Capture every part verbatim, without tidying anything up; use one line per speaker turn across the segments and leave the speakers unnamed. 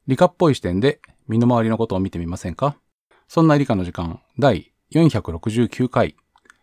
理科っぽい視点で身の回りのことを見てみませんか？そんな理科の時間だいよんひゃくろくじゅうきゅうかい。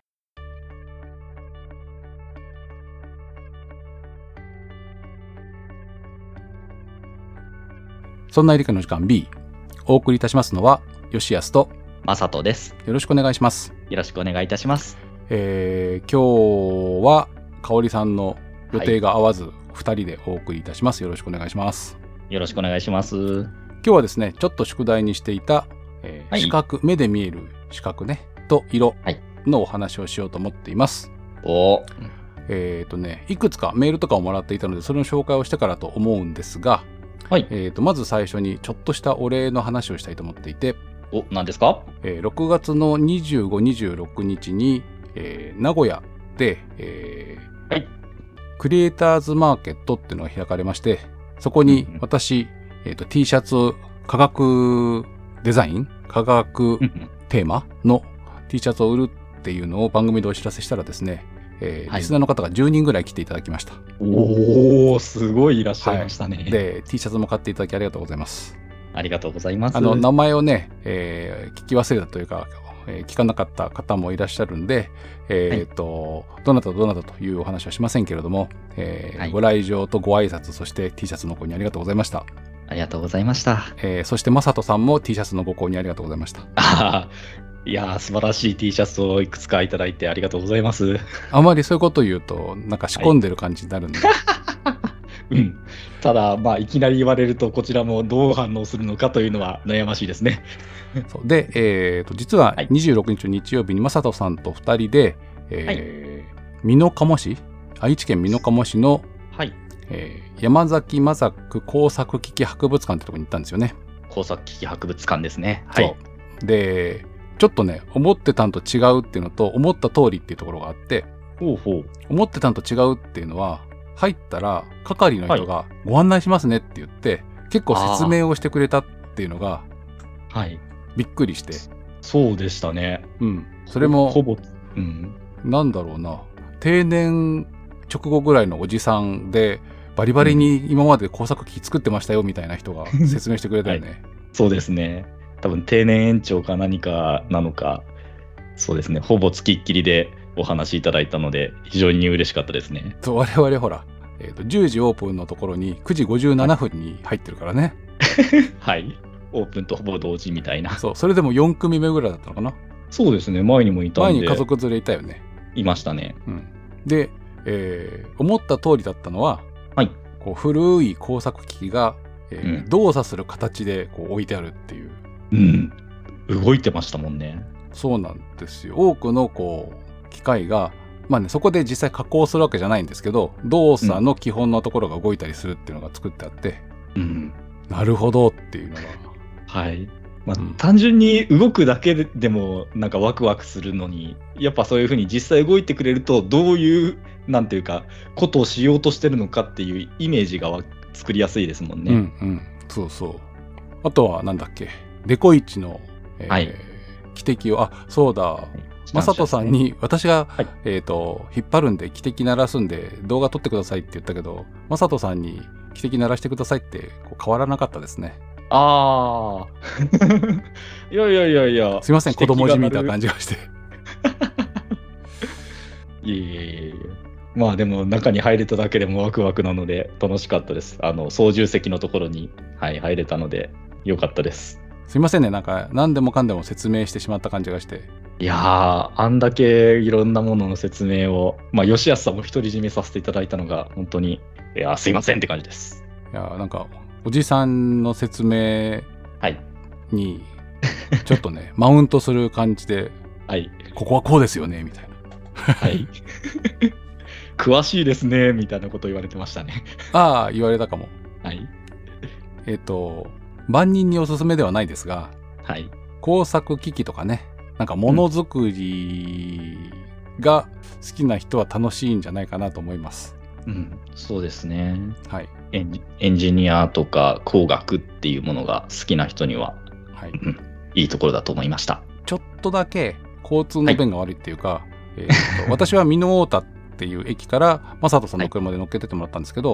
そんな理科の時間 B、 お送りいたしますのは吉安と
まさとです。
よろしくお願いします。
よろしくお願いいたします。
えー、今日は香織さんの予定が合わずふたりでお送りいたします。よろしくお願いします。
よろしくお願いします。
今日はですね、ちょっと宿題にしていた、えーはい、視覚、目で見える視覚ねと色のお話をしようと思っています。
はい、お
えっとね、いくつかメールとかをもらっていたのでそれの紹介をしてからと思うんですが、はい、えーとまず最初にちょっとしたお礼の話をしたいと思っていて、
お、何ですか？
えー、ろくがつのにじゅうご、にじゅうろくにちに、えー、名古屋で、えーはい、クリエイターズマーケットっていうのが開かれまして、そこに私、うんえーと、T シャツ科学デザイン科学テーマの T シャツを売るっていうのを番組でお知らせしたらですね、えーはい、リスナーの方がじゅうにんぐらい来ていただきました。
おー、すごいいらっしゃいましたね。
はい、で T シャツも買っていただきありがとうございます。
ありがとうございます。
あの名前をね、えー、聞き忘れたというか、えー、聞かなかった方もいらっしゃるんで、えーとはい、どなたどなたというお話はしませんけれども、えーはい、ご来場とご挨拶、そして T シャツの購入ありがとうございました。
ありがとうございました。
えー、そしてまさとさんも T シャツのご購入ありがとうございました。
あいやー、素晴らしい T シャツをいくつかいただいてありがとうございます。
あまりそういうことを言うとなんか仕込んでる感じになるんで、はい
うん、ただ、まあ、いきなり言われるとこちらもどう反応するのかというのは悩ましいですね。
そうで、えー、と実はにじゅうろくにちの日曜日にまさとさんとふたりで、えーはい、美濃加茂市、愛知県美濃加茂市の、はいえー、山崎正久工作機器博物館ってところに行ったんですよね。
工作機器博物館ですね。はい、
そうでちょっとね思ってたんと違うっていうのと思った通りっていうところがあって、
ほうほう
思ってたんと違うっていうのは入ったら係の人がご案内しますねって言って、はい、結構説明をしてくれたっていうのが、はい、びっくりして。
そうでしたね。
うん。それも
ほぼ、うん、なん
だろうな、定年直後ぐらいのおじさんでバリバリに今まで工作機作ってましたよみたいな人が説明してくれたよね。はい、
そうですね。多分定年延長か何かなのか、そうですね。ほぼ付きっきりでお話しいただいたので非常に嬉しかったですね。
そう我々ほら、えーと、じゅうじオープンのところにくじごじゅうななふんに入ってるからね。
はい。オープンとほぼ同時みたいな。
そう、それでもよんくみめぐらいだったのかな。
そうですね。前にもいたんで。
前に家族連れいたよね。
いましたね。
うん、で、えー、思った通りだったのは、はい、こう古い工作機器が、えーうん、動作する形でこう置いてあるっていう。
うん。動いてましたもんね。
そうなんですよ。多くのこう機械が、まあね、そこで実際加工するわけじゃないんですけど、動作の基本のところが動いたりするっていうのが作ってあって、うん、なるほどっていうのが。
はい。まあ、うん、単純に動くだけでもなんかワクワクするのに、やっぱそういうふうに実際動いてくれるとどういうなんていうかことをしようとしてるのかっていうイメージが作りやすいですもんね。
うんうん、そうそう。あとはなんだっけ、デコイチの、えーはい、汽笛を、あ、そうだ、まさとさんに私が、はい、えーと、引っ張るんで汽笛鳴らすんで動画撮ってくださいって言ったけど、まさとさんに汽笛鳴らしてくださいってこう変わらなかったですね。
ああいやいやいやいや、
すいません、子供じみた感じがして
いえいえいえ、まあでも中に入れただけでもワクワクなので楽しかったです。あの操縦席のところに、はい、入れたのでよかったです。
すいませんね、なんか何でもかんでも説明してしまった感じがして。
いやー、あんだけいろんなものの説明を、まあ吉安さんも独り占めさせていただいたのが本当に、いやー、すいませんって感じです。
いやー、なんかおじさんの説明にちょっとね、はい、マウントする感じで、はい、ここはこうですよねみたいな、はい
詳しいですねみたいなこと言われてましたね。
ああ、言われたかも。
はい。
えっと万人におすすめではないですが、はい、工作機器とかね、なんかものづくりが好きな人は楽しいんじゃないかなと思います。
うん、そうですね。
はい。
エンジ、エンジニアとか工学っていうものが好きな人には、はい、うん、いいところだと思いました。
ちょっとだけ交通の便が悪いっていうか、はい、えー、と私は美濃太田っていう駅からまさとさんの車で乗っけてってもらったんですけど、はい、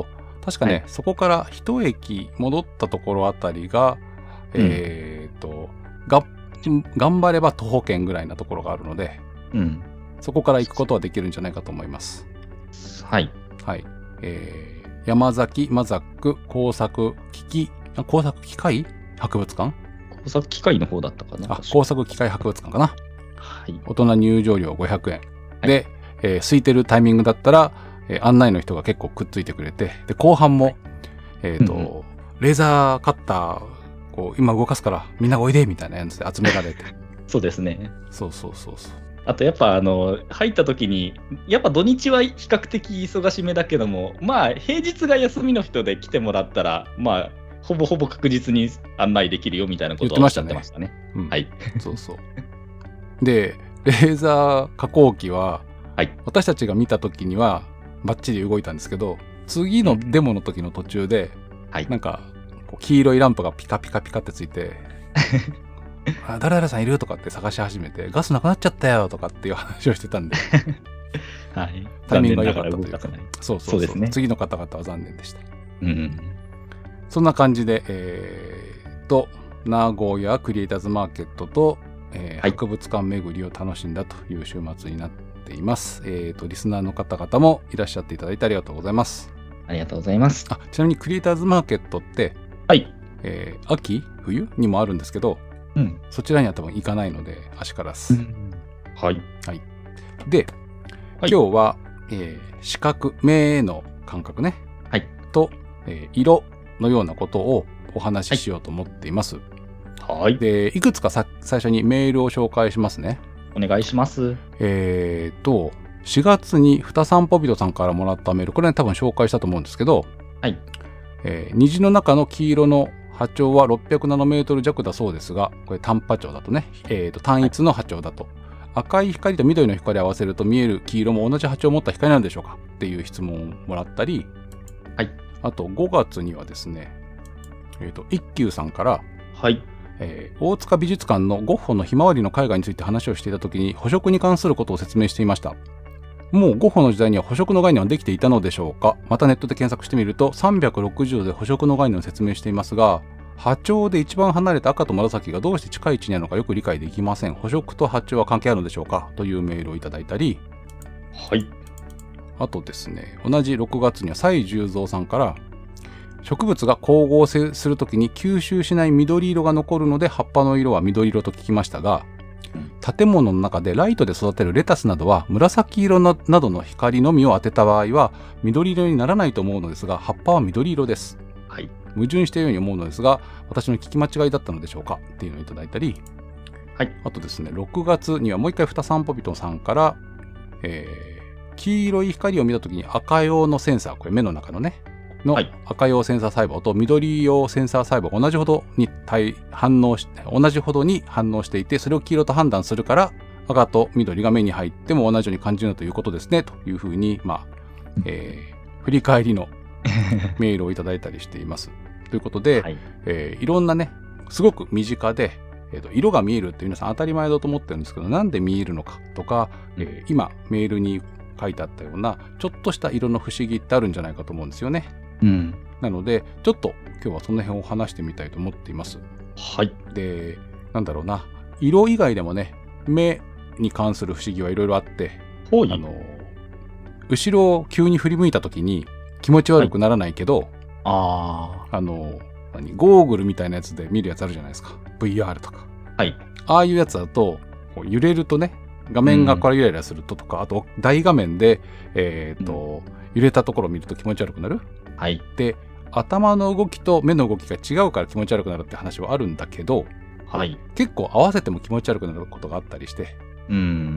確かね、
はい、
そこから一駅戻ったところあたりが、うん、えっと、が、頑張れば徒歩圏ぐらいなところがあるので、うん、そこから行くことはできるんじゃないかと思います。
はい。
はい。えー、山崎マザック工作機器、工作機械博物館
工作機械の方だったかな。
あ、工作機械博物館かな。
はい。
大人入場料ごひゃくえん。はい、で、えー、空いてるタイミングだったら、えー、案内の人が結構くっついてくれて、で、後半も、はい、えっと、うんうん、レーザーカッター、こう、今動かすから、みんなおいでみたいなやつで集められて。
そうですね。
そうそうそうそう。
あとやっぱあの入った時にやっぱ土日は比較的忙しめだけども、まあ平日が休みの人で来てもらったらまあほぼほぼ確実に案内できるよみたいなことをおっしゃってましたね。
うん、はい。そうそう。でレーザー加工機は、はい、私たちが見た時にはバッチリ動いたんですけど、次のデモの時の途中で、うん、なんかこう黄色いランプがピカピカピカってついて。あ、誰々さんいるとかって探し始めて、ガスなくなっちゃったよとかっていう話をしてたんで、
はい、
タイミングが良かったというか、そうそうそう、
そうですね、
次の方々は残念でした。
うんうん、
そんな感じで、えー、と名古屋クリエイターズマーケットと、えーはい、博物館巡りを楽しんだという週末になっています。えー、とリスナーの方々もいらっしゃっていただいてありがとうございます。
ありがとうございます。
あ、ちなみにクリエイターズマーケットって、
はい、
えー、秋冬にもあるんですけど、うん、そちらには多分行かないので足からす、うん、
はい、
はい、で、はい、今日は、えー、視覚目の感覚ね、はい、と、えー、色のようなことをお話ししようと思っています。
はい、
でいくつかさ最初にメールを紹介しますね。
お願いします。
えーとしがつにふたさんぽびとさんからもらったメール、これ、ね、多分紹介したと思うんですけど、はい、えー、虹の中の黄色の波長はろっぴゃくナノメートル弱だそうですが、これ単波長だとね、えー、と単一の波長だと、はい、赤い光と緑の光を合わせると見える黄色も同じ波長を持った光なんでしょうかっていう質問をもらったり、はい、あとごがつにはですね、えー、と一休さんから、はい、えー、大塚美術館のゴッホのひまわりの絵画について話をしていたときに補色に関することを説明していました。もうゴッホの時代には補色の概念はできていたのでしょうか。またネットで検索してみるとさんびゃくろくじゅうどで補色の概念を説明していますが、波長で一番離れた赤と紫がどうして近い位置にあるのかよく理解できません。補色と波長は関係あるのでしょうかというメールをいただいたり、はい。あとですね、同じろくがつには蔡十三さんから、植物が光合成するときに吸収しない緑色が残るので葉っぱの色は緑色と聞きましたが、建物の中でライトで育てるレタスなどは紫色などの光のみを当てた場合は緑色にならないと思うのですが、葉っぱは緑色です。はい、矛盾したように思うのですが、私の聞き間違いだったのでしょうかっていうのをいただいたり、はい、あとですね、ろくがつにはもう一回ふたさんぽびとさんから、えー、黄色い光を見たときに赤用のセンサー、これ目の中のね、の赤用センサー細胞と緑用センサー細胞が同じほどに対反応し同じほどに反応していて、それを黄色と判断するから赤と緑が目に入っても同じように感じるということですねというふうに、まあえー、振り返りのメールをいただいたりしています。ということで、はいえー、いろんなねすごく身近で、えー、と色が見えるって皆さん当たり前だと思ってるんですけど、なんで見えるのかとか、えー、今メールに書いてあったようなちょっとした色の不思議ってあるんじゃないかと思うんですよね。うん、なのでちょっと今日はその辺を話してみたいと思っています。はい。で、なんだろうな、色以外でもね、目に関する不思議はいろいろあって、あの後ろを急に振り向いた時に気持ち悪くならないけど、はい、ああの何ゴーグルみたいなやつで見るやつあるじゃないですか。ブイアール とか。はい。ああいうやつだとこう揺れるとね、画面がこれイライラするととか、うん、あと大画面でえっ、ー、と、うん、揺れたところを見ると気持ち悪くなる。はい、で頭の動きと目の動きが違うから気持ち悪くなるって話はあるんだけど、はい、結構合わせても気持ち悪くなることがあったりして、うん、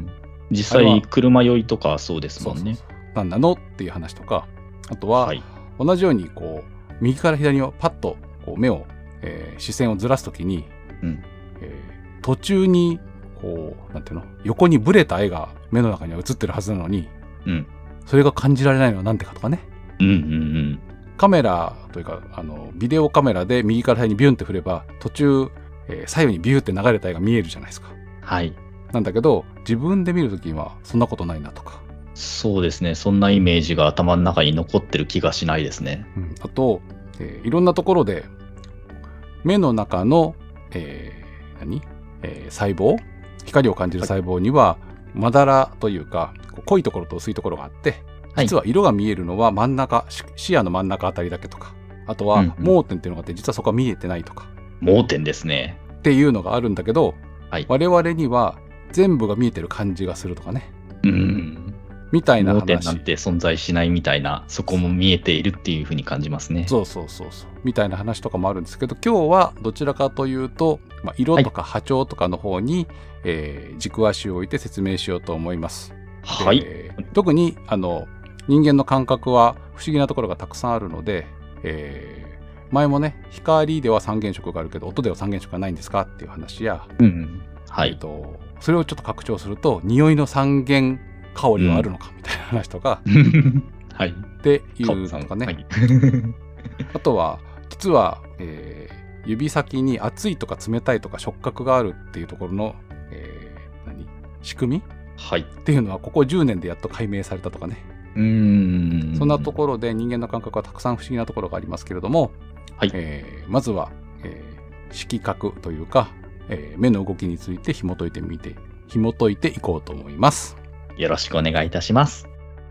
実際車酔いとかそうですもんね。
そうそうそう、なんなのっていう話とか、あとは、はい、同じようにこう右から左にパッとこう目を、えー、視線をずらすときに、うんえー、途中にこうなんていうの横にブレた絵が目の中には映ってるはずなのに、うん、それが感じられないのはなんでかとかね。うんうんうん、カメラというかあのビデオカメラで右から左にビュンって振れば途中、えー、左右にビューって流れた絵が見えるじゃないですか。はい。なんだけど自分で見るときにはそんなことないなとか、
そうですね。そんなイメージが頭の中に残ってる気がしないですね。
うん、あと、えーいろんなところで目の中の、えー何、えー細胞、光を感じる細胞にはまだらというかこう濃いところと薄いところがあって、実は色が見えるのは真ん中、し視野の真ん中あたりだけとか、あとは
うんうん
盲点っていうのがあって実はそこは見えてないとか
盲点ですね。
っていうのがあるんだけど、
はい。
我々には全部が見えてる感じがするとかね、
うん。
みたいな
盲点
話。
なんて存在しないみたいな、そこも見えているっていうふうに感じますね。
そうそうそうそうみたいな話とかもあるんですけど、今日はどちらかというと、まあ、色とか波長とかの方に、えー軸足を置いて説明しようと思います。
はい。
えー特にあの人間の感覚は不思議なところがたくさんあるので、えー前もね、光では三原色があるけど音では三原色がないんですかっていう話や、
うん。は
えー
い。
とそれをちょっと拡張すると匂いの三原香りはあるのかみたいな話とか、
はい。
っていうのとかね、
はい。
あとは実は、えー指先に熱いとか冷たいとか触覚があるっていうところの、えー何仕組み
はい。
っていうのはここじゅうねんでやっと解明されたとかね、
うーん。
そんなところで人間の感覚はたくさん不思議なところがありますけれども、
はい。
えーまずは、えー色覚というか、えー目の動きについて紐解いてみて紐解いていこうと思います。
よろしくお願いいたします。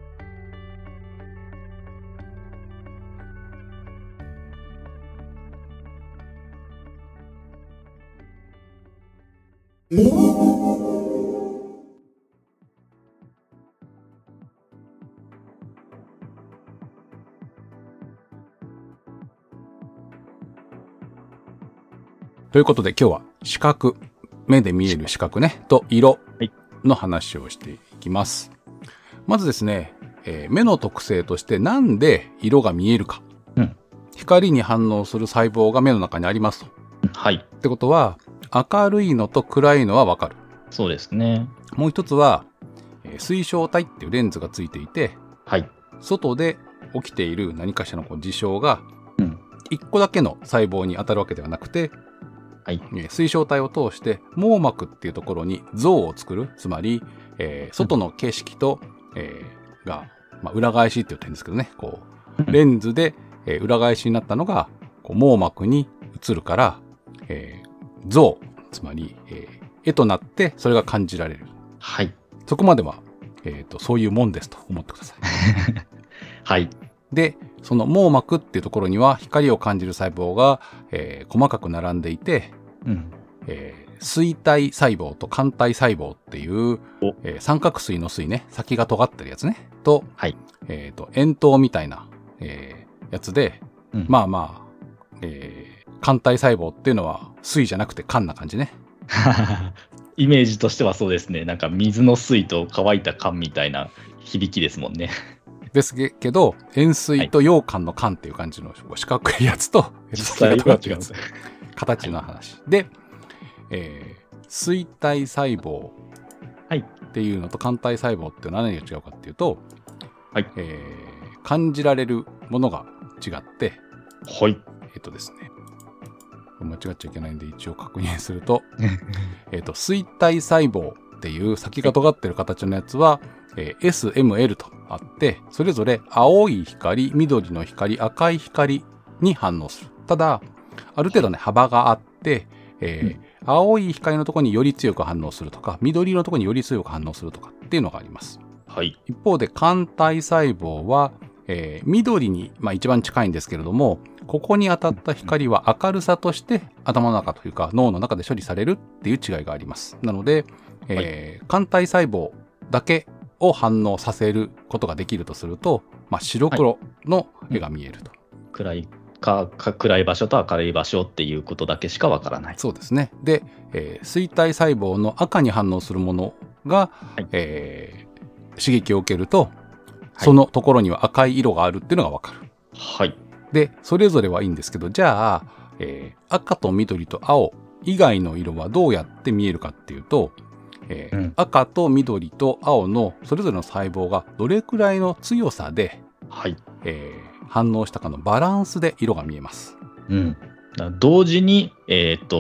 ということで今日は視覚、目で見える視覚ねと色の話をしていきます。まずですね、えー目の特性としてなんで色が見えるか、
うん、
光に反応する細胞が目の中にありますと。
はい。
ってことは明るいのと暗いのは分かる。
そうですね。
もう一つは、えー水晶体っていうレンズがついていて、
はい。
外で起きている何かしらのこう事象が
うん。
いっこだけの細胞に当たるわけではなくて、
はい。
えー水晶体を通して網膜っていうところに像を作る、つまり、えー外の景色と、えーが、まあ、裏返しって言ってるんですけどね、こうレンズで、えー裏返しになったのがこう網膜に映るから、えー像、つまり、えー絵となってそれが感じられる。
はい。
そこまでは、えーと、そういうもんですと思ってください。
はい。
で、その網膜っていうところには光を感じる細胞が、えー細かく並んでいて、
うん。
えー錐体細胞と間体細胞っていう
お、
えー三角錐の錐ね、先が尖ってるやつね、と、
はい。
えーと、円筒みたいな、えーやつで、
うん
まあまあ、えー間体細胞っていうのは錐じゃなくて間な感じね。
イメージとしてはそうですね。なんか水の水と乾いた缶みたいな響きですもんね。
ですけど、円錐と羊羹の羹っていう感じの四角いやつと、
実際は
尖ってるやつ
違うんです。
形の話。で、えー錐体細胞
はい。
っていうのと間体細胞っていうのは何が違うかっていうと、
はい。
えー感じられるものが違って、
はい。
えっとですね、間違っちゃいけないんで一応確認すると、えっと、錐体細胞っていう先が尖ってる形のやつは、えー エスエムエル とあって、それぞれ青い光、緑の光、赤い光に反応する。ただ、ある程度ね、幅があって、えー青い光のところにより強く反応するとか、緑色のところにより強く反応するとかっていうのがあります。
はい。
一方で、間体細胞は、えー緑に、まあ、一番近いんですけれども、ここに当たった光は明るさとして頭の中というか脳の中で処理されるっていう違いがあります。なので、えー間体細胞だけを反応させることができるとすると、まあ、白黒の絵が見えると。
暗いか、か暗い場所と明るい場所っていうことだけしかわからない。
そうですね。で、えー錐体細胞の赤に反応するものが、
はい
えー刺激を受けると、そのところには赤い色があるっていうのがわかる。
はい。
で、それぞれはいいんですけど、じゃあ、えー赤と緑と青以外の色はどうやって見えるかっていうと、えー
うん
赤と緑と青のそれぞれの細胞がどれくらいの強さで、
はい。
えー反応したかのバランスで色が見えます。
うん。だ同時に、えっと、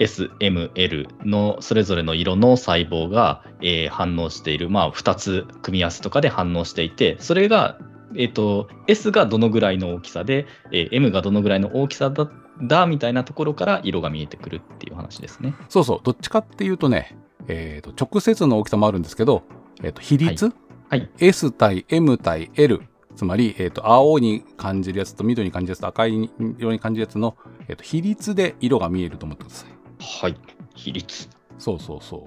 エス、エム、エル のそれぞれの色の細胞が、えー反応している、まあ、ふたつ組み合わせとかで反応していて、それが、えーと、S がどのぐらいの大きさで、えー M がどのぐらいの大きさだだみたいなところから色が見えてくるっていう話ですね。
そうそう、どっちかっていうとね、えーと直接の大きさもあるんですけど、えーと比率、
はいはい、
S 対 M 対 L、つまり、えーと青に感じるやつと緑に感じるやつと赤い色に感じるやつの、えーと比率で色が見えると思ってください。
はい、比率。
そうそうそう。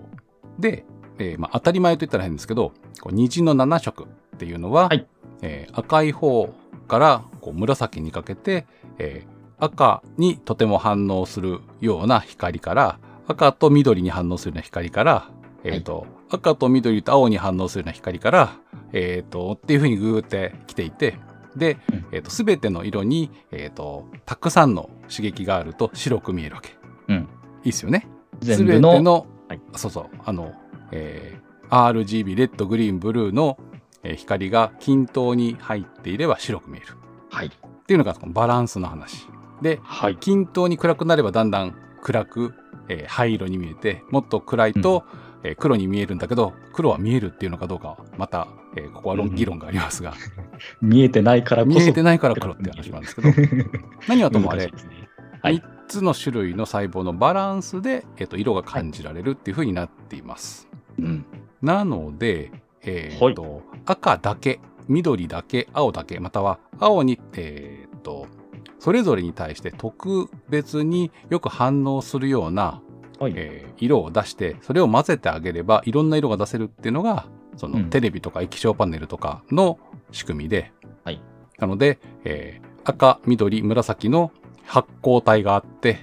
で、えーまあ、当たり前と言ったら変ですけど、こう虹のなな色っていうのは、
はい
えー赤い方からこう紫にかけて、えー赤にとても反応するような光から、赤と緑に反応するような光から、えーと赤と緑と青に反応するような光から、えーとっていう風にグーって来ていて、で、
うん
えーと全ての色に、えーとたくさんの刺激があると白く見えるわけ。
うん、
いいっすよね。
全部の
全ての、
はい
そうそう、あの、えー、アールジービー、レッド、グリーン、ブルーの、えー光が均等に入っていれば白く見える。
はい
っていうのがこのバランスの話。で、
はい
均等に暗くなればだんだん暗く、えー灰色に見えて、もっと暗いと、えー黒に見えるんだけど、黒は見えるっていうのかどうかは、また、えーここは論
うん
議論がありますが、
見えてないからこそ
見えてないから黒って話なんですけど、何はともあれ
難しい、ですね。はい
みっつの種類の細胞のバランスで、えーと色が感じられるっていう風になっています。
うん
なので、えーと赤だけ、緑だけ、青だけ、または青に、えーとそれぞれに対して特別によく反応するような、
はい
えー色を出して、それを混ぜてあげればいろんな色が出せるっていうのが、その
うん
テレビとか液晶パネルとかの仕組みで、
はい
なので、えー赤、緑、紫の発光体があって、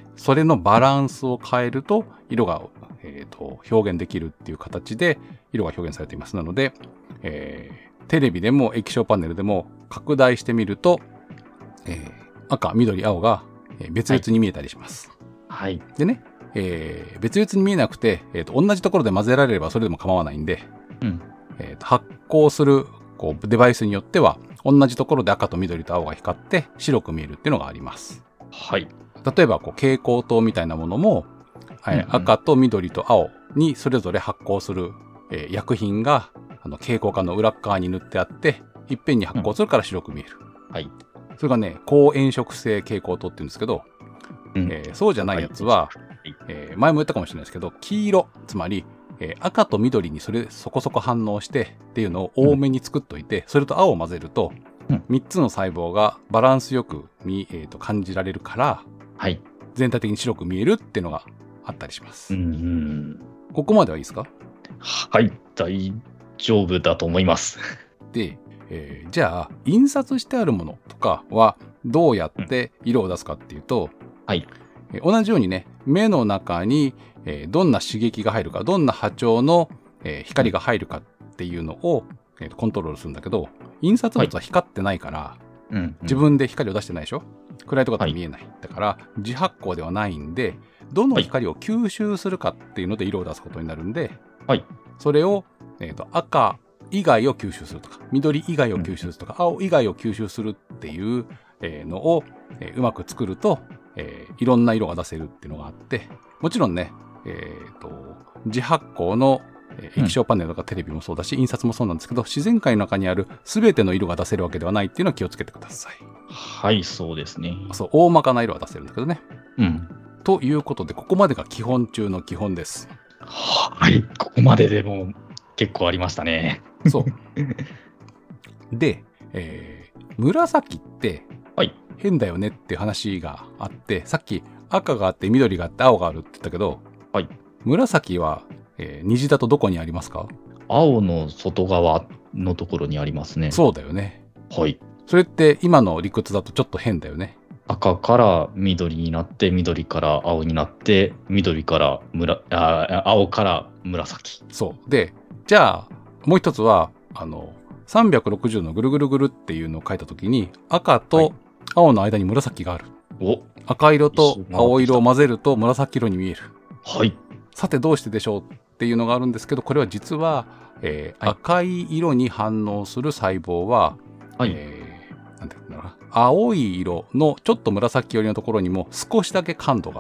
それのバランスを変えると色が、えーと表現できるっていう形で色が表現されています。なので、えーテレビでも液晶パネルでも拡大してみると、えー赤、緑、青がえー別々に見えたりします。
はい
でね、えー別々に見えなくて、えーと同じところで混ぜられればそれでも構わないんで、
うん
えーと発光するこうデバイスによっては同じところで赤と緑と青が光って白く見えるっていうのがあります。
はい
例えばこう蛍光灯みたいなものも、えー
うんうん
赤と緑と青にそれぞれ発光する、えー薬品があの蛍光管の裏側に塗ってあっていっぺんに発光するから白く見える。
はい
それがね高炎色性蛍光灯って言うんですけど、
うん
えーそうじゃないやつは、
はい
えー前も言ったかもしれないですけど、黄色、つまり、えー赤と緑にそれそこそこ反応してっていうのを多めに作っといて、それと青を混ぜると、
うん
みっつの細胞がバランスよく見、えーと感じられるから、
はい
全体的に白く見えるっていうのがあったりします。
うんうん
ここまではいいですか？
はい大丈夫だと思います。
で、えーじゃあ、印刷してあるものとかはどうやって色を出すかっていうと、
はい
えー同じようにね、目の中に、えーどんな刺激が入るか、どんな波長の、えー光が入るかっていうのを、えーとコントロールするんだけど、印刷物は光ってないから、
うん
自分で光を出してないでしょ？暗いところだと見えない。だから、自発光ではないんで、どの光を吸収するかっていうので色を出すことになるんで、
はい
それを、えーと赤以外を吸収するとか、緑以外を吸収するとか、青以外を吸収するっていうえーのを、えーうまく作ると、えーいろんな色が出せるっていうのがあって、もちろんね、えーと自発光のえー液晶パネルとかテレビもそうだし、印刷もそうなんですけど、自然界の中にある全ての色が出せるわけではないっていうのは気をつけてください。
はいそうですね。
そう、大まかな色は出せるんだけどね。
うん
ということで、ここまでが基本中の基本です。
はいここまででも結構ありましたね。
そう。で、えー紫って
はい
変だよねっていう話があって、さっき赤があって緑があって青があるって言ったけど、
はい
紫は、えー虹だとどこにありますか？
青の外側のところにありますね。
そうだよね。
はい
それって今の理屈だとちょっと変だよね。
赤から緑になって緑から青になって緑からむらあ青から紫。
そう。で、じゃあもう一つは、あの、さんびゃくろくじゅうのぐるぐるぐるっていうのを書いたときに、赤
は
と
い
青の間に紫がある。
お
赤色と青色を混ぜると紫色に見える。
はい
さてどうしてでしょうっていうのがあるんですけど、これは実は、えー
はい
赤い色に反応する細胞は、
はい、
えーなんていうんだろうな、青い色のちょっと紫寄りのところにも少しだけ感度がある。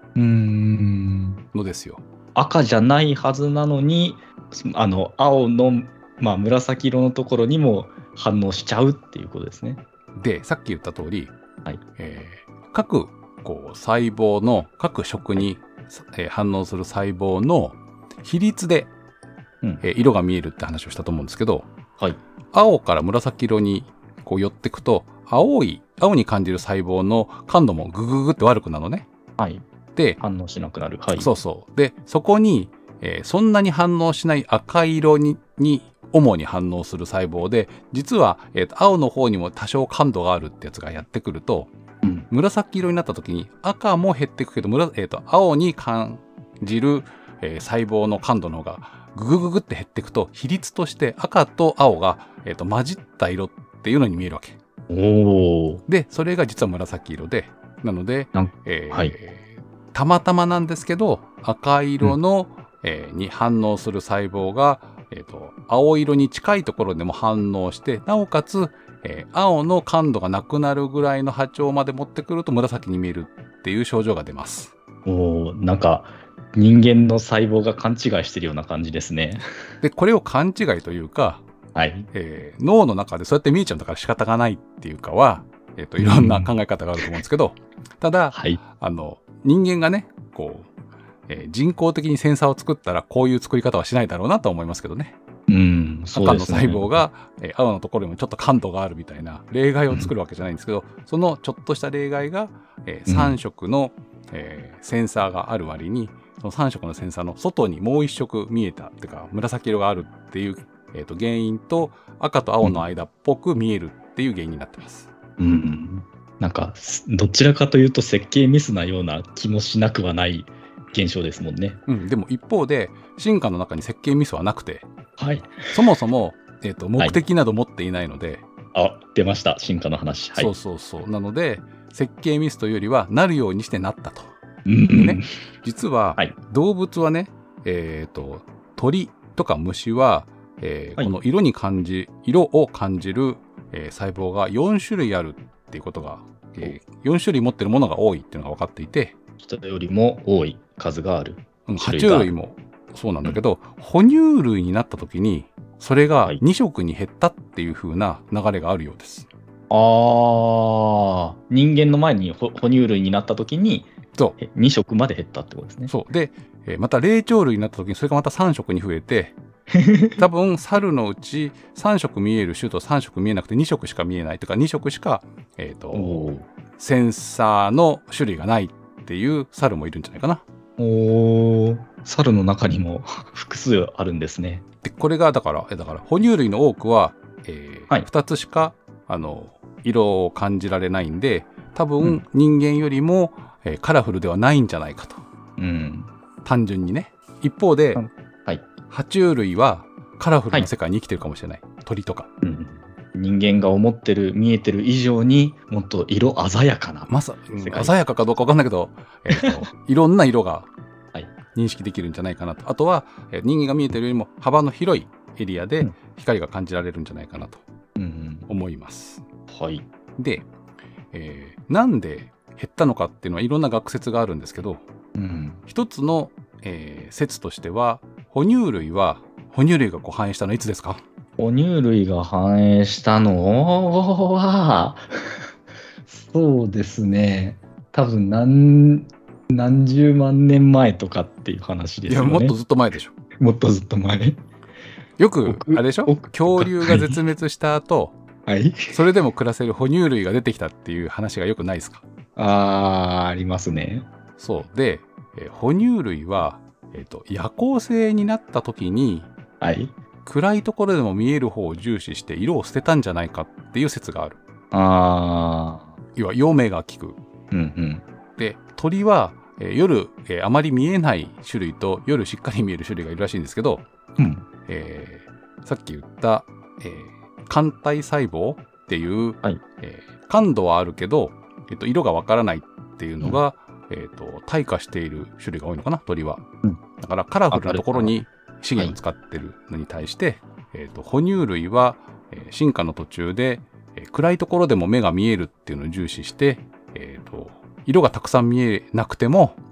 うーん。
のですよ。
赤じゃないはずなのに、あの青の、まあ、紫色のところにも反応しちゃうっていうことですね。
で、さっき言った通り、
はい
えー各こう細胞の各色に、えー反応する細胞の比率で、
うん
えー色が見えるって話をしたと思うんですけど、
はい。
青から紫色にこう寄っていくと、青い、青に感じる細胞の感度もグググって悪くなるのね。
はい。
で、
反応しなくなる。はい。
そうそう。で、そこに、えーそんなに反応しない赤色に、に主に反応する細胞で、実は、えーと青の方にも多少感度があるってやつがやってくると、
うん
紫色になった時に赤も減っていくけど、紫えーと青に感じる、えー細胞の感度の方がググググって減っていくと、比率として赤と青が、えーと混じった色っていうのに見えるわけ。
おお。
で、それが実は紫色で、なので、
なん
えー
はい
たまたまなんですけど、赤色の、えーに反応する細胞が、えーと、青色に近いところでも反応して、なおかつ、えー青の感度がなくなるぐらいの波長まで持ってくると紫に見えるっていう症状が出ます。
おー、なんか人間の細胞が勘違いしてるような感じですね。
で、これを勘違いというか、
はい。
えー脳の中でそうやって見えちゃうんだから仕方がないっていうかは、えーと、いろんな考え方があると思うんですけど、ただ、
はい。
あの、人間がね、こう、えー人工的にセンサーを作ったらこういう作り方はしないだろうなと思いますけどね。
うん、そう
赤の
ですね。
細胞が、えー青のところにもちょっと感度があるみたいな例外を作るわけじゃないんですけど、そのちょっとした例外が、えー
うん
さん色の、えーセンサーがある割に、そのさん色のセンサーの外にもういっ色見えたっていうか、紫色があるっていう、えーと原因と赤と青の間っぽく見えるっていう原因になってます。
うん。なんか、すどちらかというと設計ミスなような気もしなくはない現象ですもんね。
うん、でも一方で、進化の中に設計ミスはなくて、
はい。
そもそも、えーと目的など持っていないので、
あ、出ました。進化の話。はい。
そうそうそう。なので、設計ミスというよりは、なるようにしてなったと。
うん
でね、実は、
はい
動物はね、えっ、と、鳥とか虫は、えー
はい
この色に感じ、色を感じる、えー細胞がよん種類あるっていうことが、えーよん種類持ってるものが多いっていうのが分かっていて、
人よりも多い数がある。
うん、爬
種類が
虫類もそうなんだけど、哺乳類になった時に、それが
はい
に色に減ったっていう風な流れがあるようです。
ああ、人間の前にほ哺乳類になった時に、
そう。
えに色まで減ったってことですね。
そう。で、えーまた霊長類になった時にそれがまたさん色に増えて、多分猿のうちさん色見える種とさん色見えなくてに色しか見えないとかに色しか、えーと
おー
センサーの種類がないっていう猿もいるんじゃないかな。
おー、猿の中にも複数あるんですね。
で、これがだから、えだから哺乳類の多くは、えー
はい
ふたつしかあの色を感じられないんで、多
う
分
ん
人間よりも、えーカラフルではないんじゃないかと。
うん。
単純にね。一方で、
うんはい
爬虫類はカラフルな世界に生きてるかもしれない。鳥とか。
うん、人間が思ってる、見えてる以上にもっと色鮮やかな。
まさ、うん
世界
鮮やかかどうかわかんないけど、えーといろんな色が
はい
認識できるんじゃないかなと。あとは、えー人間が見えてるよりも幅の広いエリアで
うん
光が感じられるんじゃないかなと
うん、
思います。
はい。
で、えーなんで減ったのかっていうのはいろんな学説があるんですけど、
うん。
一つの、えー説としては、哺乳類は、哺乳類がこう繁栄したのはいつですか？
哺乳類が繁栄したのは、そうですね。多分何、何十万年前とかっていう話で
いや、
すよね。
もっとずっと前でしょ。
もっとずっと前。
よく、
億
あれでしょ？
億
恐竜が絶滅した後、
はい。
それでも暮らせる哺乳類が出てきたっていう話がよくないですか？
あー、ありますね。
そう。で、えー哺乳類は、えっと、夜行性になった時に、
はい。
暗いところでも見える方を重視して色を捨てたんじゃないかっていう説がある。
あ
要は、陽明が効く。
ー、うんうん。
で、鳥は、えー夜、えーあまり見えない種類と夜しっかり見える種類がいるらしいんですけど、
うん。
えーさっき言った、えー肝体細胞っていう、
はい
えー感度はあるけど、えっと、色がわからないっていうのが、えっと、退化している種類が多いのかな、鳥は。
うん
だからカラフルなところに資源を使ってるのに対して、えっと、哺乳類は、えー進化の途中で、えー暗いところでも目が見えるっていうのを重視して、えっと、色がたくさん見えなくても、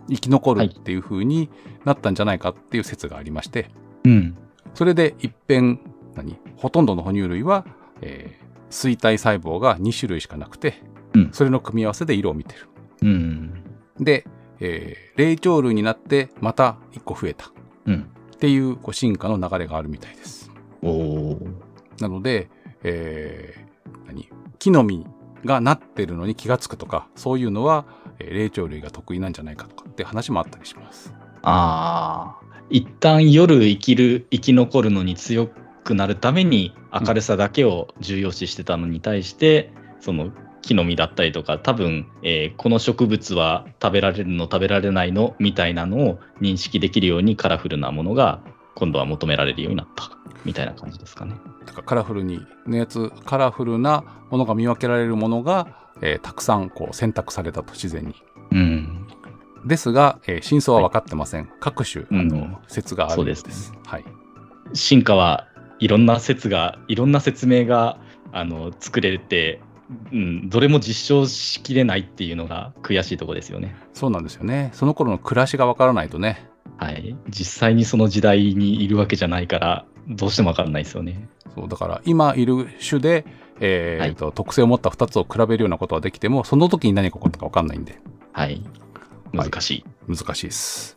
生き残るっていう風になったんじゃないかっていう説がありまして、
うん、
それで一遍何ほとんどの哺乳類は、えー、錐体細胞がに種類しかなくて、うん、それの組み合わせで色を見てる。うん、で、えー、霊長類になってまたいっこ増えた、うん、っていう、こう進化の流れがあるみたいです。おなので、えー、何木の実がなってるのに気がつくとか、そういうのは、えー、霊長類が得意なんじゃないかとかって話もあったりします。
ああ、一旦夜生きる生き残るのに強くなるために明るさだけを重要視してたのに対して、うん、その木の実だったりとか、多分、えー、この植物は食べられるの食べられないのみたいなのを認識できるようにカラフルなものが今度は求められるようになったみたいな感じですかね。
だからカラフルにのやつ、カラフルなものが見分けられるものが、えー、たくさんこう選択されたと、自然に。うん、ですが、えー、真相は分かってません。はい、各種あの、うん、説があるんです。そうですね。はい。
進化はいろんな説が、いろんな説明があの作れて、うん、どれも実証しきれないっていうのが悔しいところですよね。
そうなんですよね。その頃の暮らしが分からないとね。
はい。実際にその時代にいるわけじゃないから、どうしても分からないですよね。
そうだから今いる種で、えーとはい、特性を持ったふたつを比べるようなことはできても、その時に何が起こったか分かんないんで。
はい。難しい。
はい、難しいです。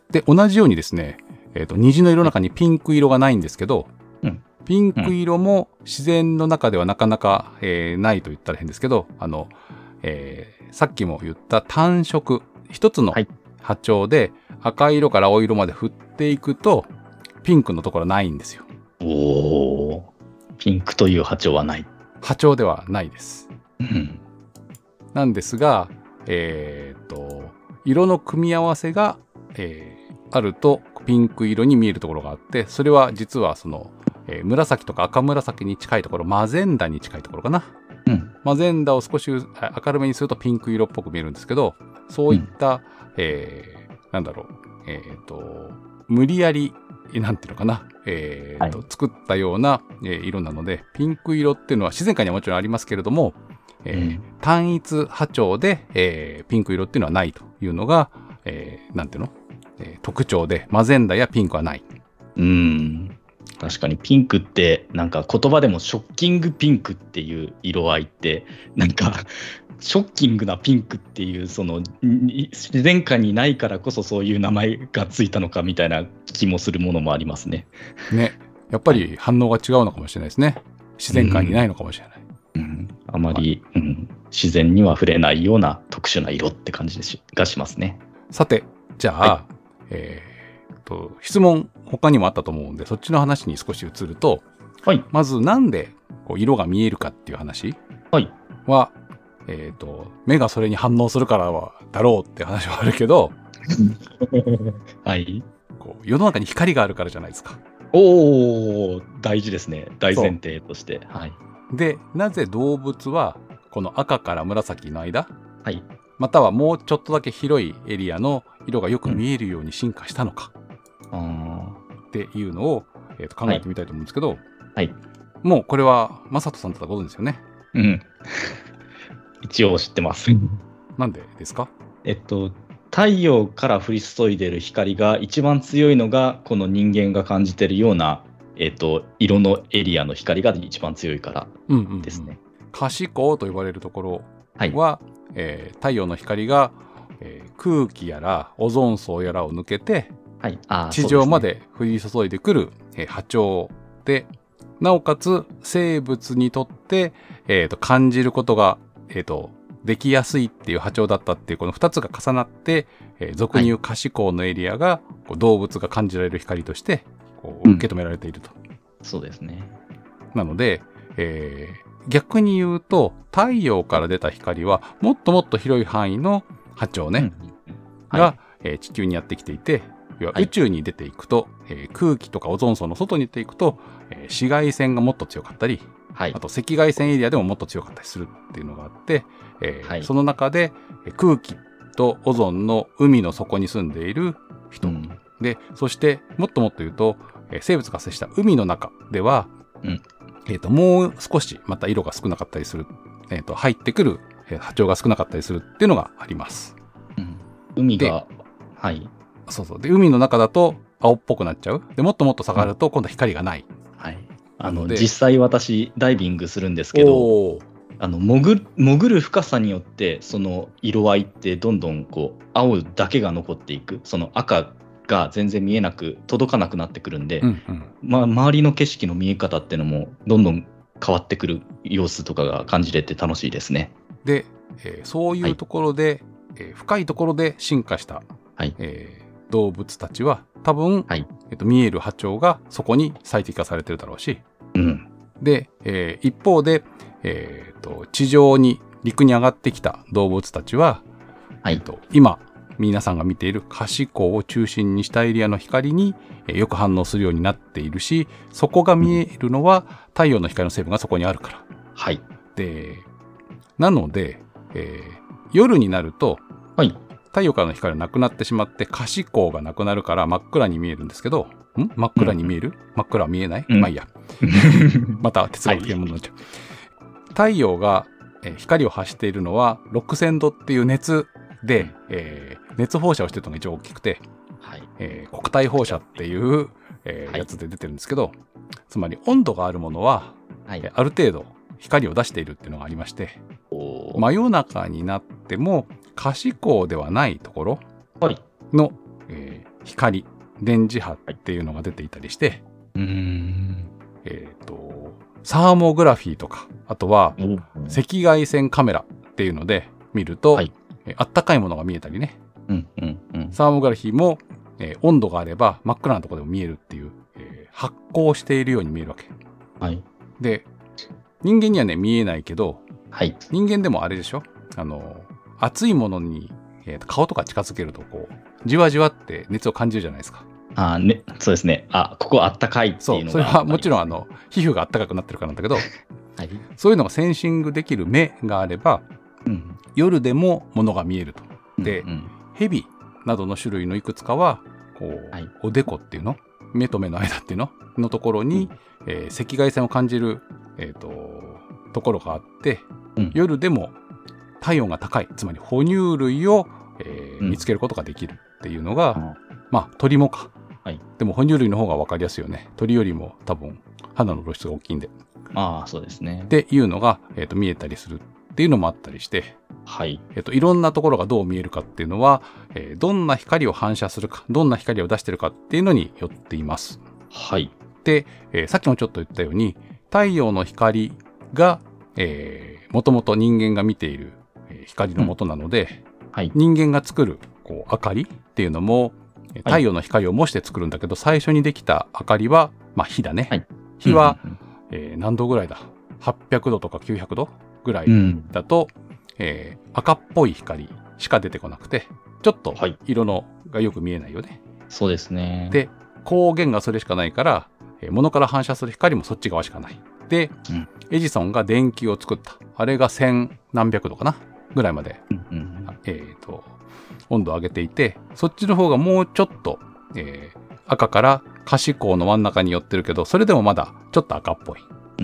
で、同じようにですね、えーと、虹の色の中にピンク色がないんですけど、うん、ピンク色も自然の中ではなかなか、えー、ないと言ったら変ですけど、あの、えー、さっきも言った単色、一つの波長で赤色から青色まで振っていくと、ピンクのところはないんですよ。
おー、ピンクという波長はない。
波長ではないです。うん、なんですが、えー、と色の組み合わせが、えー、あるとピンク色に見えるところがあって、それは実はその、えー、紫とか赤紫に近いところ、マゼンダに近いところかな。うん、マゼンダを少し明るめにするとピンク色っぽく見えるんですけど、そういった、うん、えー、なんだろう、えー、と無理やりなんていうのかな、えーとはい、作ったような、えー、色なので、ピンク色っていうのは自然界にはもちろんありますけれども、えーうん、単一波長で、えー、ピンク色っていうのはないというのが、えー、なんていうの、えー、特徴で、マゼンダやピンクはない。
うーん、確かにピンクってなんか言葉でもショッキングピンクっていう色合いってなんかショッキングなピンクっていう、その自然界にないからこそそういう名前がついたのかみたいな気もするものもありますね。
ね、やっぱり反応が違うのかもしれないですね。自然界にないのかもしれない。
うんうん、あまり、はい、うん、自然には触れないような特殊な色って感じでしがしますね。
さて、じゃあ、はい、えー、と質問他にもあったと思うんで、そっちの話に少し移ると、はい、まずなんでこう色が見えるかっていう話は、はいえー、と目がそれに反応するからはだろうって話はあるけど、はい、こう世の中に光があるからじゃないですか。
おー、大事ですね。大前提として。はい、
で、なぜ動物はこの赤から紫の間、はい、またはもうちょっとだけ広いエリアの色がよく見えるように進化したのか、うん、っていうのを、えー、と考えてみたいと思うんですけど、はいはい、もうこれはマサトさんだったらご存知ですよね。
うん。一応知ってます。
なんでですか？
えっと太陽から降り注いでる光が一番強いのがこの人間が感じてるような、えっと、色のエリアの光が一番強いからですね。うんうんうん、
可視光と呼ばれるところは、はいえー、太陽の光が、えー、空気やらオゾン層やらを抜けて、はい、あ地上まで降り注いでくる、えー、波長で、なおかつ生物にとって、えー、と感じることが、えーとできやすいっていう波長だったっていう、このふたつが重なって、えー、俗に言う可視光のエリアが、こう動物が感じられる光としてこう受け止められていると、
うん、そうですね。
なので、えー、逆に言うと太陽から出た光はもっともっと広い範囲の波長ね、うん、が、はいえー、地球にやってきていて、要は宇宙に出ていくと、はいえー、空気とかオゾン層の外に出ていくと、えー、紫外線がもっと強かったり、はい、あと赤外線エリアでももっと強かったりするっていうのがあって、えーはい、その中で空気とオゾンの海の底に住んでいる人、うん、でそしてもっともっと言うと、えー、生物が接した海の中では、うんえー、ともう少しまた色が少なかったりする、えー、と入ってくる波長が少なかったりするっていうのがあります。
うん、海がはい。
そうそう。で、海の中だと青っぽくなっちゃう。で、もっともっと下がると今度は光がない。
はい。あの、実際私、ダイビングするんですけ
ど、
あの潜、潜る深さによって、その色合いってどんどんこう、青だけが残っていく。その赤が全然見えなく、届かなくなってくるんで、うんうん、まあ、周りの景色の見え方っていうのも、どんどん変わってくる様子とかが感じれて楽しいですね。
で、えー、そういうところで、はい、えー、深いところで進化した、はい、えー、動物たちは多分、はい、えーと、見える波長がそこに最適化されてるだろうし、うん、で、えー、一方で、えーと、地上に陸に上がってきた動物たちは、はい、えーと、今皆さんが見ている可視光を中心にしたエリアの光に、えー、よく反応するようになっているし、そこが見えるのは太陽の光の成分がそこにあるから。はい、でなので、えー、夜になると、はい、太陽からの光がなくなってしまって可視光がなくなるから真っ暗に見えるんですけど、ん真っ暗に見える、うん、真っ暗は見えない、うん、まあいいやまた哲学的なものになっちゃう、はい、太陽が、えー、光を発しているのはろくせんどっていう熱で、えー、熱放射をしているのが一番大きくて、はいえー、黒体放射っていう、えーはい、やつで出てるんですけど、つまり温度があるものは、はい、ある程度光を出しているっていうのがありまして、真夜中になっても可視光ではないところの、はいえー、光電磁波っていうのが出ていたりして、うーんえーと、サーモグラフィーとかあとは赤外線カメラっていうので見ると、はい、あったかいものが見えたりね、うんうんうん、サーモグラフィーも、えー、温度があれば真っ暗なところでも見えるっていう、えー、発光しているように見えるわけ、はい、で人間にはね見えないけど、はい、人間でもあれでしょ、あの熱いものに、えー、と顔とか近づけるとこうじわじわって熱を感じるじゃないですか。
あね、そうですね。あ、ここあったかいっていうのが、
そう、それはもちろんあの皮膚があったかくなってるからなんだけど、はい、そういうのがセンシングできる目があれば、うん、夜でも物が見えると。で、うんうん、ヘビなどの種類のいくつかはこう、はい、おでこっていうの、目と目の間っていうののところに、うんえー、赤外線を感じる、えー、とところがあって、うん、夜でも体温が高い、つまり哺乳類を、えーうん、見つけることができるっていうのが、うん、まあ鳥もか。はい、でも哺乳類の方が分かりやすいよね。鳥よりも多分肌の露出が大きいんで。
ああ、そうですね。
っていうのが、えー、と見えたりするっていうのもあったりして、はいえー、といろんなところがどう見えるかっていうのは、えー、どんな光を反射するか、どんな光を出してるかっていうのによっています。はい。で、えー、さっきもちょっと言ったように、太陽の光が、えー、もともと人間が見ている光の元なので、うんはい、人間が作るこう明かりっていうのも太陽の光を模して作るんだけど、はい、最初にできた明かりは、まあ、火だね、はい、火は、うんうんうんえー、何度ぐらいだはっぴゃくどとかきゅうひゃくどぐらいだと、うんえー、赤っぽい光しか出てこなくてちょっと色のがよく見えないよね、はい、
そうですね。
で光源がそれしかないから、えー、物から反射する光もそっち側しかないで、うん、エジソンが電球を作った。あれが千何百度かなぐらいまで、うんうん、えーと、温度を上げていて、そっちの方がもうちょっと、えー、赤から可視光の真ん中に寄ってるけど、それでもまだちょっと赤っぽい。うん、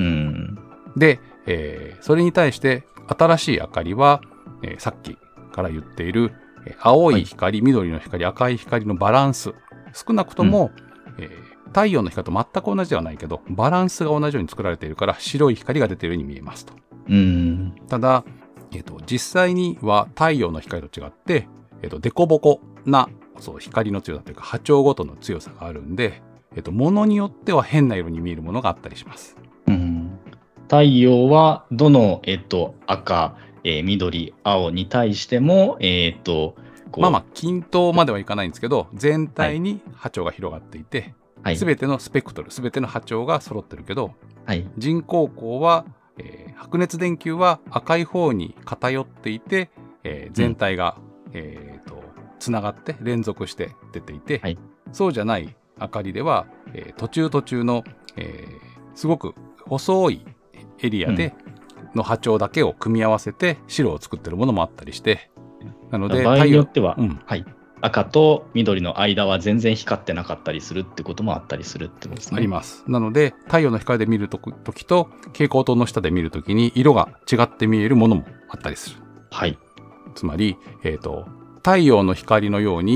で、えー、それに対して新しい明かりは、えー、さっきから言っている、えー、青い光、はい、緑の光、赤い光のバランス。少なくとも、うんえー太陽の光と全く同じではないけどバランスが同じように作られているから白い光が出ているように見えますと。うんただ、えーと、実際には太陽の光と違って、えーと、デコボコなそう光の強さというか波長ごとの強さがあるんで、えーと、物によっては変な色に見えるものがあったりします。
うん太陽はどの、えーと、赤、えー、緑、青に対しても、えーと、
こうまあまあ均等まではいかないんですけど全体に波長が広がっていて、はいすべてのスペクトル、すべての波長が揃ってるけど、はい、人工光は、えー、白熱電球は赤い方に偏っていて、えー、全体が、うんえー、とつながって連続して出ていて、はい、そうじゃない明かりでは、えー、途中途中の、えー、すごく細いエリアでの波長だけを組み合わせて白を作ってるものもあったりして、なので
場合によっては、うんはい赤と緑の間は全然光ってなかったりするってこともあったりするってことですね。
あります。なので太陽の光で見るときと蛍光灯の下で見るときに色が違って見えるものもあったりする。はい。つまり、えーと、太陽の光のように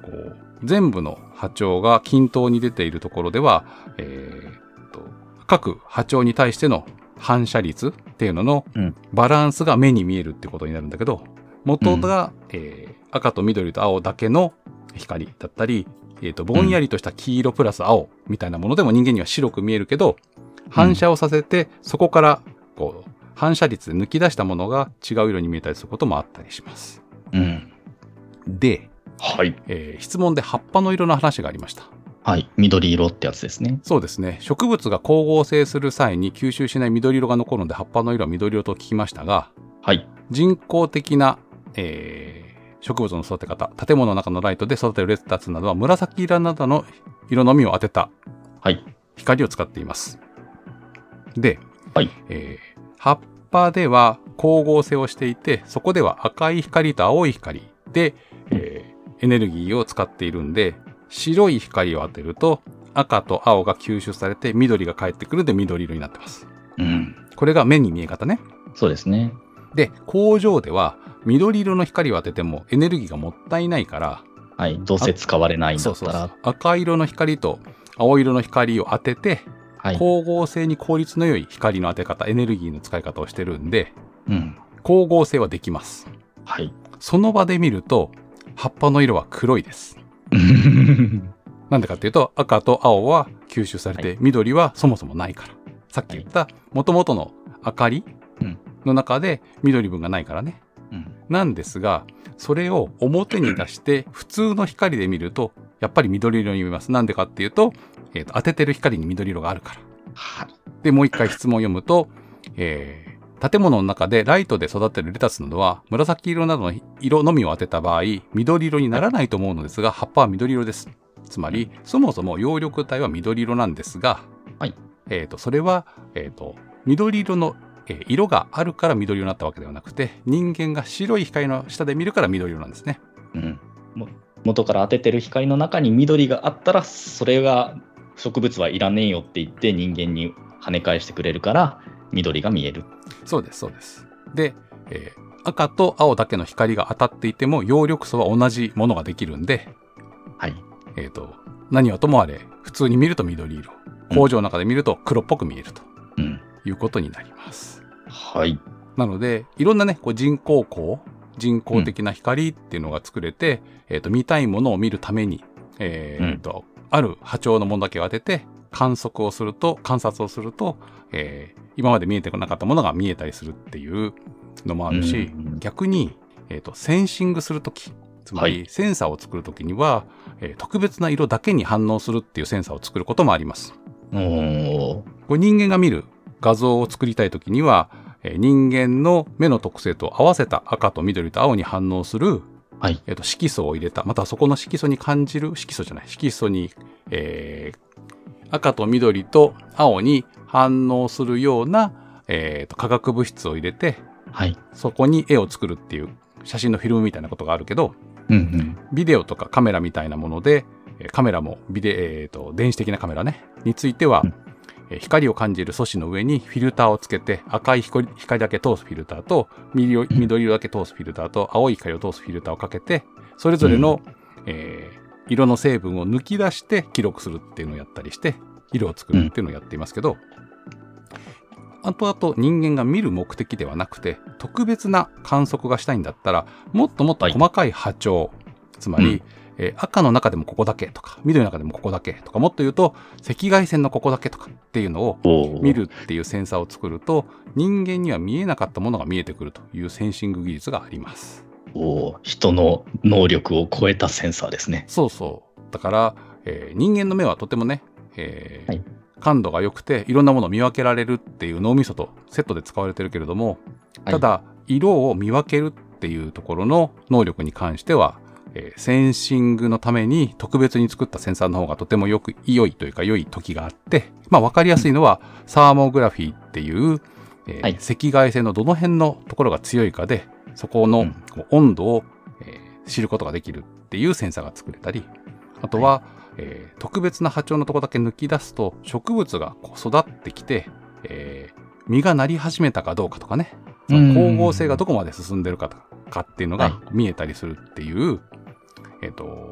こう全部の波長が均等に出ているところでは、えー、と各波長に対しての反射率っていうののバランスが目に見えるってことになるんだけど、元が、うんえー、赤と緑と青だけの光だったり、えー、とぼんやりとした黄色プラス青みたいなものでも人間には白く見えるけど、反射をさせてそこからこう反射率で抜き出したものが違う色に見えたりすることもあったりします。
うん、
で、
はい
えー、質問で葉っぱの色の話がありました。
はい、緑色ってやつですね。
そうですね。植物が光合成する際に吸収しない緑色が残るので葉っぱの色は緑色と聞きましたが、
はい、
人工的な、えー、植物の育て方、建物の中のライトで育てるレタスなどは紫色などの色のみを当てた光を使っています。で、
はい
えー、葉っぱでは光合成をしていて、そこでは赤い光と青い光で、えー、エネルギーを使っているんで、白い光を当てると赤と青が吸収されて緑が返ってくるで緑色になってます。
うん、
これが目に見え方ね。
そうですね。
で、工場では緑色の光を当ててもエネルギーがもったいないから、
はい、どうせ使われないんだったら、
そうそうそう赤色の光と青色の光を当てて、はい、光合成に効率の良い光の当て方、エネルギーの使い方をしてるんで、
うん、
光合成はできます。
はい。
その場で見ると葉っぱの色は黒いです。なんでかっていうと赤と青は吸収されて、はい、緑はそもそもないから。さっき言った元々の明かりの中で緑分がないからね、うん、なんですがそれを表に出して普通の光で見るとやっぱり緑色に見えます。なんでかっていうと、えーと当ててる光に緑色があるから、
はい、
でもう一回質問を読むと、えー、建物の中でライトで育てるレタスなどは紫色などの色のみを当てた場合緑色にならないと思うのですが、葉っぱは緑色です。つまりそもそも葉緑体は緑色なんですが、
はい
えー、とそれは、えー、と緑色の、えー、色があるから緑色になったわけではなくて、人間が白い光の下で見るから緑色なんですね。
うん、も元から当ててる光の中に緑があったらそれが植物はいらねえよって言って人間に跳ね返してくれるから緑が見える。
そうですそうです。で、えー、赤と青だけの光が当たっていても葉緑素は同じものができるんで、
はい
えー、と何はともあれ普通に見ると緑色、工場の中で見ると黒っぽく見えるということになります。
うん、はい。
なのでいろんなねこう人工光人工的な光っていうのが作れて、うんえー、と見たいものを見るために、えーとうん、ある波長のものだけを当てて観測をすると観察をすると、えー、今まで見えてこなかったものが見えたりするっていうのもあるし、うん、逆に、えーと、センシングするとき、つまりセンサーを作るときには、えー、特別な色だけに反応するっていうセンサーを作ることもあります。
お
これ人間が見る画像を作りたいときには、えー、人間の目の特性と合わせた赤と緑と青に反応する、
はい
えーと、色素を入れた、またはそこの色素に感じる色素じゃない色素に、えー、赤と緑と青に反応するような、えーと、化学物質を入れて、
はい、
そこに絵を作るっていう写真のフィルムみたいなことがあるけど、
うんうん、
ビデオとかカメラみたいなものでカメラもビデ、えーと、電子的なカメラねについては、うん、光を感じる素子の上にフィルターをつけて赤い光だけ通すフィルターと緑色だけ通すフィルターと青い光を通すフィルターをかけてそれぞれの、うんえー、色の成分を抜き出して記録するっていうのをやったりして色を作るっていうのをやっていますけど、うん、あとあと人間が見る目的ではなくて特別な観測がしたいんだったらもっともっと細かい波長、はい、つまり、うんえー、赤の中でもここだけとか緑の中でもここだけとかもっと言うと赤外線のここだけとかっていうのを見るっていうセンサーを作ると人間には見えなかったものが見えてくるというセンシング技術があります。
お人の能力を超えたセンサーですね。
そうそうだから、えー、人間の目はとてもね、えーはい、感度が良くていろんなものを見分けられるっていう脳みそとセットで使われてるけれども、ただ、はい、色を見分けるっていうところの能力に関してはえー、センシングのために特別に作ったセンサーの方がとてもよく良いというか良い時があって、まあ分かりやすいのはサーモグラフィーっていう、えーはい、赤外線のどの辺のところが強いかでそこの温度を、えー、知ることができるっていうセンサーが作れたり、あとは、はいえー、特別な波長のところだけ抜き出すと植物がこう育ってきて、えー、実がなり始めたかどうかとかね、その光合成がどこまで進んでるかとかっていうのが見えたりするっていう、はいえっと、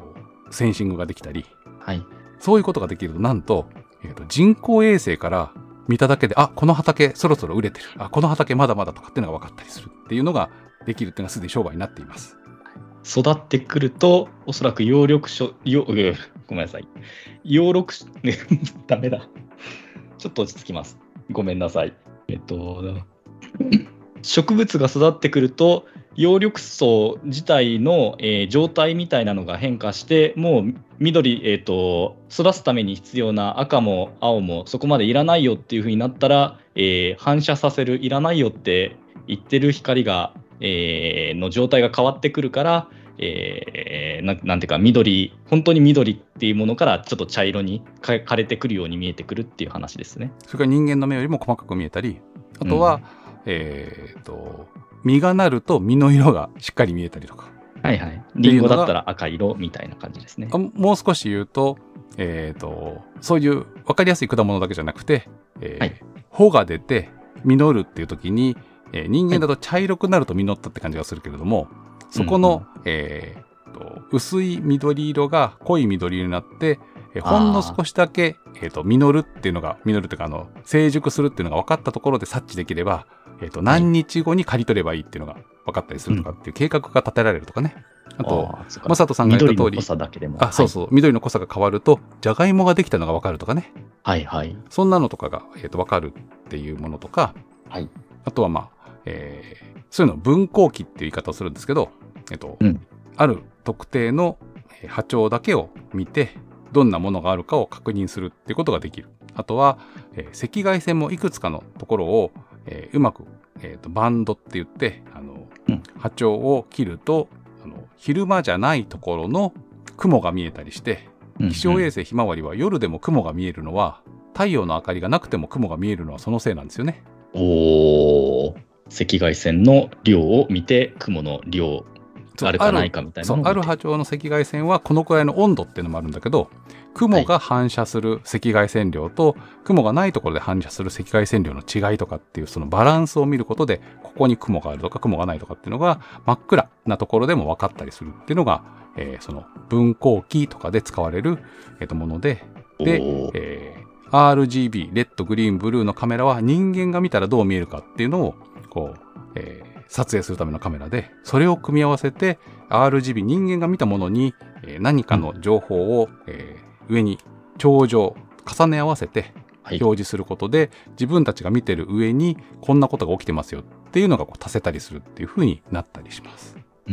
センシングができたり、
はい、
そういうことができると、なんと、えーと、人工衛星から見ただけで、あ、この畑そろそろ売れてる。あ、この畑まだまだとかっていうのが分かったりするっていうのができるっていうのがすでに商売になっています。
育ってくると、おそらく葉緑素、よごめんなさい。葉緑素、ね、ダメだ。ちょっと落ち着きます。ごめんなさい。えっと、植物が育ってくると、葉緑素自体の、えー、状態みたいなのが変化して、もう緑、えーと、育つために必要な赤も青もそこまでいらないよっていう風になったら、えー、反射させる、いらないよって言ってる光が、えー、の状態が変わってくるから、えー、な, なんていうか緑、本当に緑っていうものからちょっと茶色に枯れてくるように見えてくるっていう話ですね。
それから人間の目よりも細かく見えたり、あとは、うん、えーと実がなると実の色がしっかり見えたりとか。
はいはい。リンゴだったら赤色みたいな感じですね。
もう少し言うと、えーと、そういう分かりやすい果物だけじゃなくて、えーはい、穂が出て実るっていう時に、えー、人間だと茶色くなると実ったって感じがするけれども、はい、そこの、うんうんえーと、薄い緑色が濃い緑色になって、えー、ほんの少しだけ、えーと、実るっていうのが、実るというかあの成熟するっていうのが分かったところで察知できれば、えーと、何日後に刈り取ればいいっていうのが分かったりするとかっていう計画が立てられるとかね。うん、あと、マサトさんが言った通り、
緑の濃さだけでも。
あ、そうそう、はい、緑の濃さが変わると、じゃがいもができたのが分かるとかね。
はいはい。
そんなのとかが、えーと、分かるっていうものとか、
はい。
あとはまあ、えー、そういうのを分光器っていう言い方をするんですけど、えっと、うん、ある特定の波長だけを見て、どんなものがあるかを確認するっていうことができる。あとは、えー、赤外線もいくつかのところを、えー、うまく、えーと、バンドって言って、あの、うん、波長を切ると、あの、昼間じゃないところの雲が見えたりして、うんうん、気象衛星ひまわりは夜でも雲が見えるのは、太陽の明かりがなくても雲が見えるのはそのせいなんですよね。
おー、赤外線の量を見て、雲の量あるかないかみたいなのを見て。
そう、ある波長の赤外線はこのくらいの温度っていうのもあるんだけど、雲が反射する赤外線量と、はい、雲がないところで反射する赤外線量の違いとかっていうそのバランスを見ることで、ここに雲があるとか雲がないとかっていうのが真っ暗なところでも分かったりするっていうのが、えー、その分光器とかで使われる、えー、ともので、で、えー、アールジービー、レッド、グリーン、ブルーのカメラは人間が見たらどう見えるかっていうのをこう、えー、撮影するためのカメラで、それを組み合わせて アールジービー、人間が見たものに、えー、何かの情報を、えー上に頂上重ね合わせて表示することで、はい、自分たちが見てる上にこんなことが起きてますよっていうのがこう足せたりするっていう風になったりします、
うん、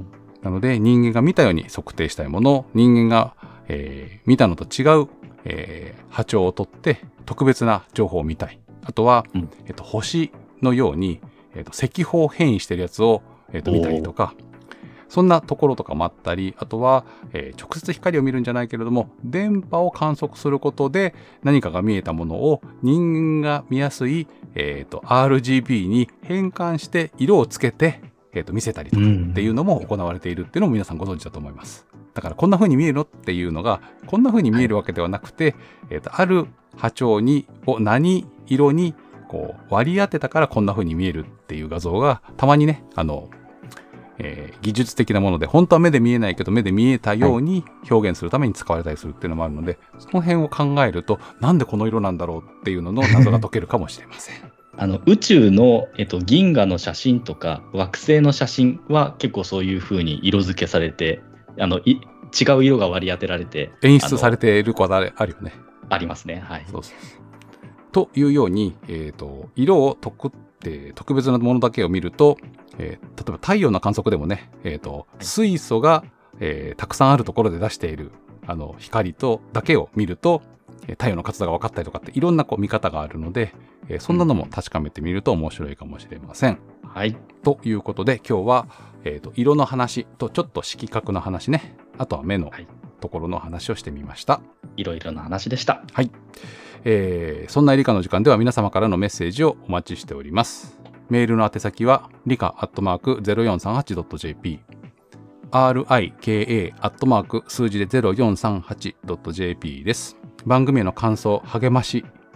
なので人間が見たように測定したいもの、人間が、えー、見たのと違う、えー、波長を取って特別な情報を見たい。あとは、うんえー、と星のように、えー、と赤方変異してるやつを、えー、と見たりとか、そんなところとかもあったり、あとは、えー、直接光を見るんじゃないけれども、電波を観測することで何かが見えたものを人間が見やすい、えー、と アールジービー に変換して色をつけて、えー、と見せたりとかっていうのも行われているっていうのも皆さんご存知だと思います。だからこんな風に見えるのっていうのが、こんな風に見えるわけではなくて、はいえー、とある波長にを何色にこう割り当てたからこんな風に見えるっていう画像がたまにね、あの、えー、技術的なもので本当は目で見えないけど目で見えたように表現するために使われたりするっていうのもあるので、その辺を考えるとなんでこの色なんだろうっていうのの謎が解けるかもしれません
あの宇宙の、えっと、銀河の写真とか惑星の写真は結構そういう風に色付けされてあのい違う色が割り当てられて
演出されていることあるよね。
ありますね。はい。
そうそうというように、えーと、色を特って特別なものだけを見ると、えー、例えば太陽の観測でもね、えーと、水素が、えー、たくさんあるところで出しているあの光とだけを見ると、太陽の活動が分かったりとかっていろんなこう見方があるので、えー、そんなのも確かめてみると面白いかもしれません。
はい。
ということで今日は、えーと、色の話とちょっと色覚の話ね、あとは目のところの話をしてみました。
いろいろな話でした。
はい。えー、そんな理科の時間では皆様からのメッセージをお待ちしております。メールの宛先は理科アットマーク ゼロよんさんはちドットジェーピー、rika アットマーク数字で ゼロよんさんはちドットジェーピー です。番組への感想、励まし、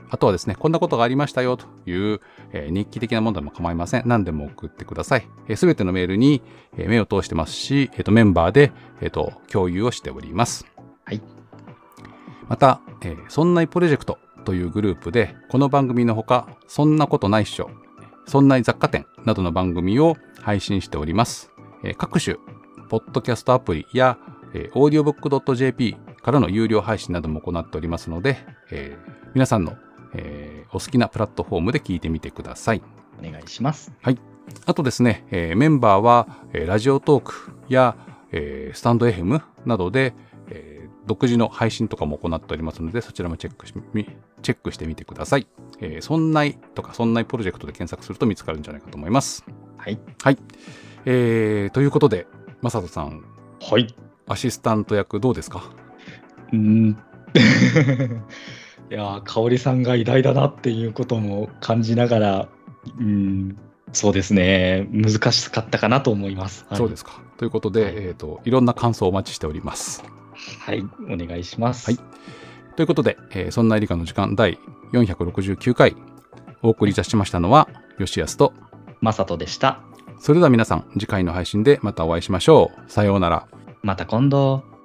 あとはですね、こんなことがありましたよという、えー、日記的なものでも構いません。何でも送ってください。すべ、えー、てのメールに、えー、目を通してますし、えー、とメンバーで、えー、と共有をしております。
はい。
また、えー、そんないプロジェクトというグループで、この番組のほか、そんなことないっしょ、そんない雑貨店などの番組を配信しております。えー、各種、ポッドキャストアプリや、えー、オーディオブックドットジェーピー からの有料配信なども行っておりますので、えー、皆さんの、えー、お好きなプラットフォームで聞いてみてください。
お願いします。
はい。あとですね、えー、メンバーは、えー、ラジオトークや、えー、スタンド エフエム などで、えー、独自の配信とかも行っておりますので、そちらもチェックし、チェックしてみてください。えー、そんないとかそんないプロジェクトで検索すると見つかるんじゃないかと思います。
はい。
はい。えー、ということで、まさとさん。
はい。
アシスタント役どうですか？
うーん。いやー、香織さんが偉大だなっていうことも感じながら、うん、そうですね、難しかったかなと思います。
はい、そうですか。ということで、はい、えーと、いろんな感想をお待ちしております。
はい、お願いします。
はい。ということで、えー、そんな理科の時間第よんひゃくろくじゅうきゅうかいお送りいたしましたのは、吉安と
まさとでした。
それでは皆さん、次回の配信でまたお会いしましょう。さようなら。
また今度。